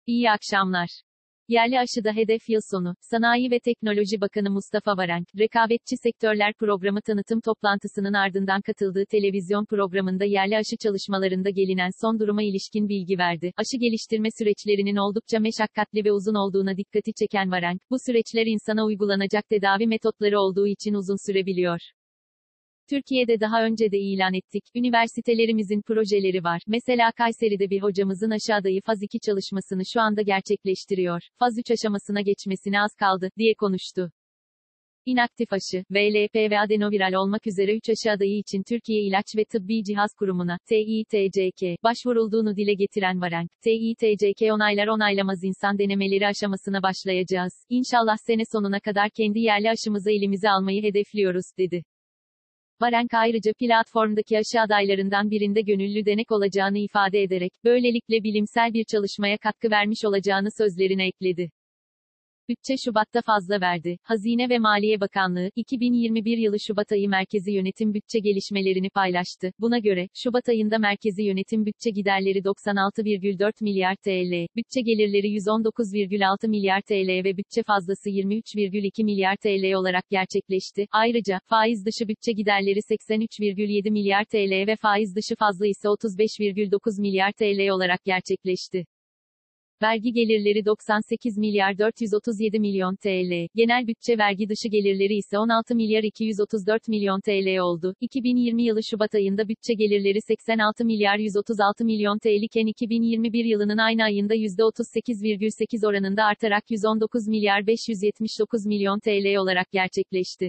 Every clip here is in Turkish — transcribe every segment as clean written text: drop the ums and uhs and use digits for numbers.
İyi akşamlar. Yerli aşıda hedef yıl sonu. Sanayi ve Teknoloji Bakanı Mustafa Varank, Rekabetçi Sektörler Programı tanıtım toplantısının ardından katıldığı televizyon programında yerli aşı çalışmalarında gelinen son duruma ilişkin bilgi verdi. Aşı geliştirme süreçlerinin oldukça meşakkatli ve uzun olduğuna dikkati çeken Varank, bu süreçler insana uygulanacak tedavi metotları olduğu için uzun sürebiliyor. Türkiye'de daha önce de ilan ettik, üniversitelerimizin projeleri var. Mesela Kayseri'de bir hocamızın aşı adayı faz 2 çalışmasını şu anda gerçekleştiriyor. Faz 3 aşamasına geçmesine az kaldı, diye konuştu. İnaktif aşı, VLP ve adenoviral olmak üzere 3 aşı adayı için Türkiye İlaç ve Tıbbi Cihaz Kurumu'na, TİTCK, başvurulduğunu dile getiren Varank, TİTCK onaylamaz insan denemeleri aşamasına başlayacağız. İnşallah sene sonuna kadar kendi yerli aşımızı elimize almayı hedefliyoruz, dedi. Varank ayrıca platformdaki aşı adaylarından birinde gönüllü denek olacağını ifade ederek, böylelikle bilimsel bir çalışmaya katkı vermiş olacağını sözlerine ekledi. Bütçe Şubat'ta fazla verdi. Hazine ve Maliye Bakanlığı, 2021 yılı Şubat ayı merkezi yönetim bütçe gelişmelerini paylaştı. Buna göre, Şubat ayında merkezi yönetim bütçe giderleri 96,4 milyar TL, bütçe gelirleri 119,6 milyar TL ve bütçe fazlası 23,2 milyar TL olarak gerçekleşti. Ayrıca, faiz dışı bütçe giderleri 83,7 milyar TL ve faiz dışı fazla ise 35,9 milyar TL olarak gerçekleşti. Vergi gelirleri 98 milyar 437 milyon TL, genel bütçe vergi dışı gelirleri ise 16 milyar 234 milyon TL oldu. 2020 yılı Şubat ayında bütçe gelirleri 86 milyar 136 milyon TL iken 2021 yılının aynı ayında %38,8 oranında artarak 119 milyar 579 milyon TL olarak gerçekleşti.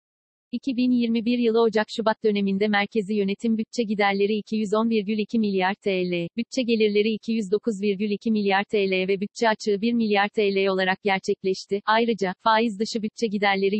2021 yılı Ocak-Şubat döneminde merkezi yönetim bütçe giderleri 210,2 milyar TL, bütçe gelirleri 209,2 milyar TL ve bütçe açığı 1 milyar TL olarak gerçekleşti. Ayrıca, faiz dışı bütçe giderleri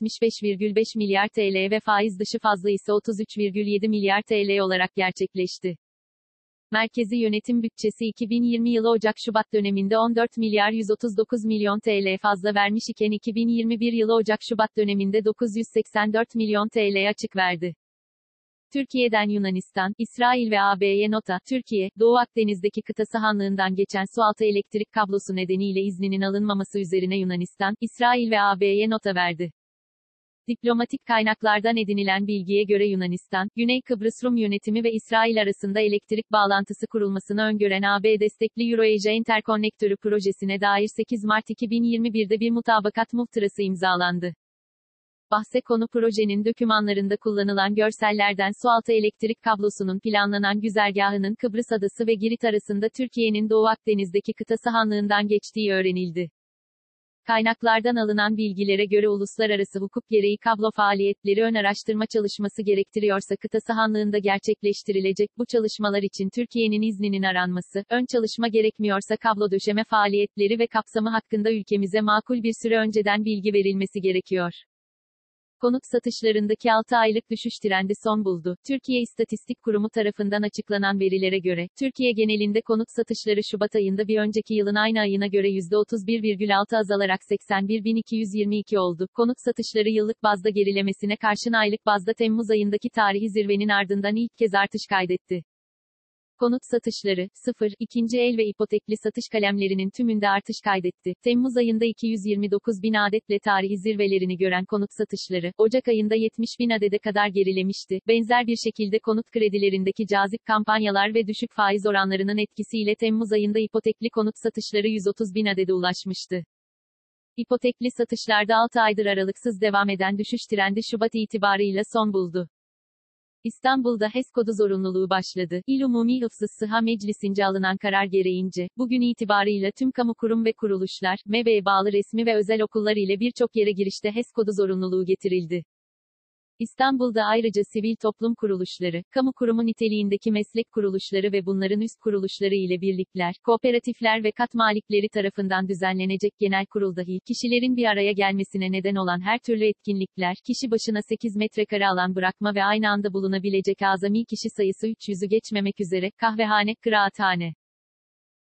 175,5 milyar TL ve faiz dışı fazla ise 33,7 milyar TL olarak gerçekleşti. Merkezi yönetim bütçesi 2020 yılı Ocak-Şubat döneminde 14 milyar 139 milyon TL fazla vermiş iken 2021 yılı Ocak-Şubat döneminde 984 milyon TL açık verdi. Türkiye'den Yunanistan, İsrail ve AB'ye nota. Türkiye, Doğu Akdeniz'deki kıta sahanlığından geçen sualtı elektrik kablosu nedeniyle izninin alınmaması üzerine Yunanistan, İsrail ve AB'ye nota verdi. Diplomatik kaynaklardan edinilen bilgiye göre Yunanistan, Güney Kıbrıs Rum yönetimi ve İsrail arasında elektrik bağlantısı kurulmasını öngören AB destekli Euro-Asia Interkonnektörü projesine dair 8 Mart 2021'de bir mutabakat muhtırası imzalandı. Bahse konu projenin dokümanlarında kullanılan görsellerden sualtı elektrik kablosunun planlanan güzergahının Kıbrıs Adası ve Girit arasında Türkiye'nin Doğu Akdeniz'deki kıta sahanlığından geçtiği öğrenildi. Kaynaklardan alınan bilgilere göre uluslararası hukuk gereği kablo faaliyetleri ön araştırma çalışması gerektiriyorsa kıta sahanlığında gerçekleştirilecek bu çalışmalar için Türkiye'nin izninin aranması, ön çalışma gerekmiyorsa kablo döşeme faaliyetleri ve kapsamı hakkında ülkemize makul bir süre önceden bilgi verilmesi gerekiyor. Konut satışlarındaki 6 aylık düşüş trendi son buldu. Türkiye İstatistik Kurumu tarafından açıklanan verilere göre, Türkiye genelinde konut satışları Şubat ayında bir önceki yılın aynı ayına göre %31,6 azalarak 81.222 oldu. Konut satışları yıllık bazda gerilemesine karşın aylık bazda Temmuz ayındaki tarihi zirvenin ardından ilk kez artış kaydetti. Konut satışları, 0, ikinci el ve ipotekli satış kalemlerinin tümünde artış kaydetti. Temmuz ayında 229 bin adetle tarihi zirvelerini gören konut satışları, Ocak ayında 70 bin adede kadar gerilemişti. Benzer bir şekilde konut kredilerindeki cazip kampanyalar ve düşük faiz oranlarının etkisiyle Temmuz ayında ipotekli konut satışları 130 bin adede ulaşmıştı. İpotekli satışlarda 6 aydır aralıksız devam eden düşüş trendi Şubat itibarıyla son buldu. İstanbul'da HES kodu zorunluluğu başladı. İl Umumi Hıfzı Sıha Meclisi'nce alınan karar gereğince, bugün itibarıyla tüm kamu kurum ve kuruluşlar, MEB'ye bağlı resmi ve özel okullar ile birçok yere girişte HES kodu zorunluluğu getirildi. İstanbul'da ayrıca sivil toplum kuruluşları, kamu kurumu niteliğindeki meslek kuruluşları ve bunların üst kuruluşları ile birlikler, kooperatifler ve kat malikleri tarafından düzenlenecek genel kurul dahi, kişilerin bir araya gelmesine neden olan her türlü etkinlikler, kişi başına 8 metrekare alan bırakma ve aynı anda bulunabilecek azami kişi sayısı 300'ü geçmemek üzere, kahvehane, kıraathane,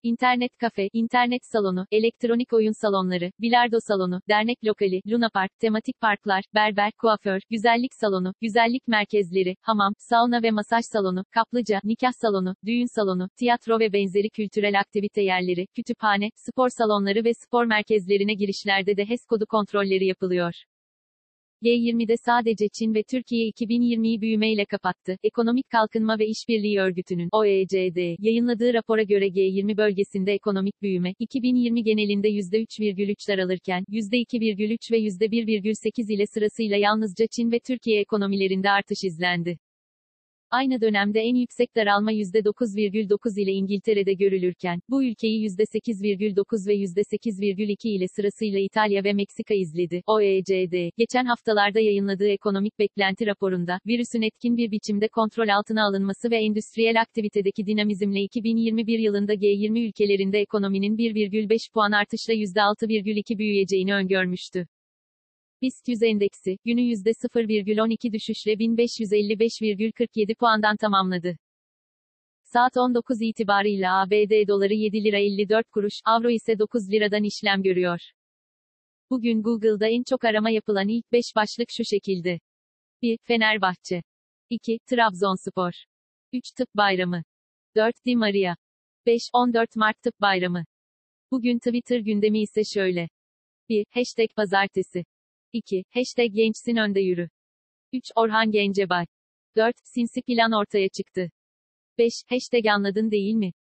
İnternet kafe, internet salonu, elektronik oyun salonları, bilardo salonu, dernek lokali, lunapark, tematik parklar, berber, kuaför, güzellik salonu, güzellik merkezleri, hamam, sauna ve masaj salonu, kaplıca, nikah salonu, düğün salonu, tiyatro ve benzeri kültürel aktivite yerleri, kütüphane, spor salonları ve spor merkezlerine girişlerde de HES kodu kontrolleri yapılıyor. G20'de sadece Çin ve Türkiye 2020'yi büyümeyle kapattı. Ekonomik Kalkınma ve İşbirliği Örgütü'nün (OECD) yayınladığı rapora göre G20 bölgesinde ekonomik büyüme 2020 genelinde %3,3 daralırken %2,3 ve %1,8 ile sırasıyla yalnızca Çin ve Türkiye ekonomilerinde artış izlendi. Aynı dönemde en yüksek daralma %9,9 ile İngiltere'de görülürken, bu ülkeyi %8,9 ve %8,2 ile sırasıyla İtalya ve Meksika izledi. OECD, geçen haftalarda yayınladığı ekonomik beklenti raporunda, virüsün etkin bir biçimde kontrol altına alınması ve endüstriyel aktivitedeki dinamizmle 2021 yılında G20 ülkelerinde ekonominin 1,5 puan artışla %6,2 büyüyeceğini öngörmüştü. BIST 100 endeksi, günü %0,12 düşüşle 1555,47 puandan tamamladı. Saat 19 itibarıyla ABD doları 7 lira 54 kuruş, avro ise 9 liradan işlem görüyor. Bugün Google'da en çok arama yapılan ilk 5 başlık şu şekilde. 1. Fenerbahçe. 2. Trabzonspor. 3. Tıp Bayramı. 4. Di Maria. 5. 14 Mart Tıp Bayramı. Bugün Twitter gündemi ise şöyle. 1. Pazartesi. 2. Gençsin önde yürü. 3. Orhan Gencebay. 4. Sinsi plan ortaya çıktı. 5. Anladın değil mi?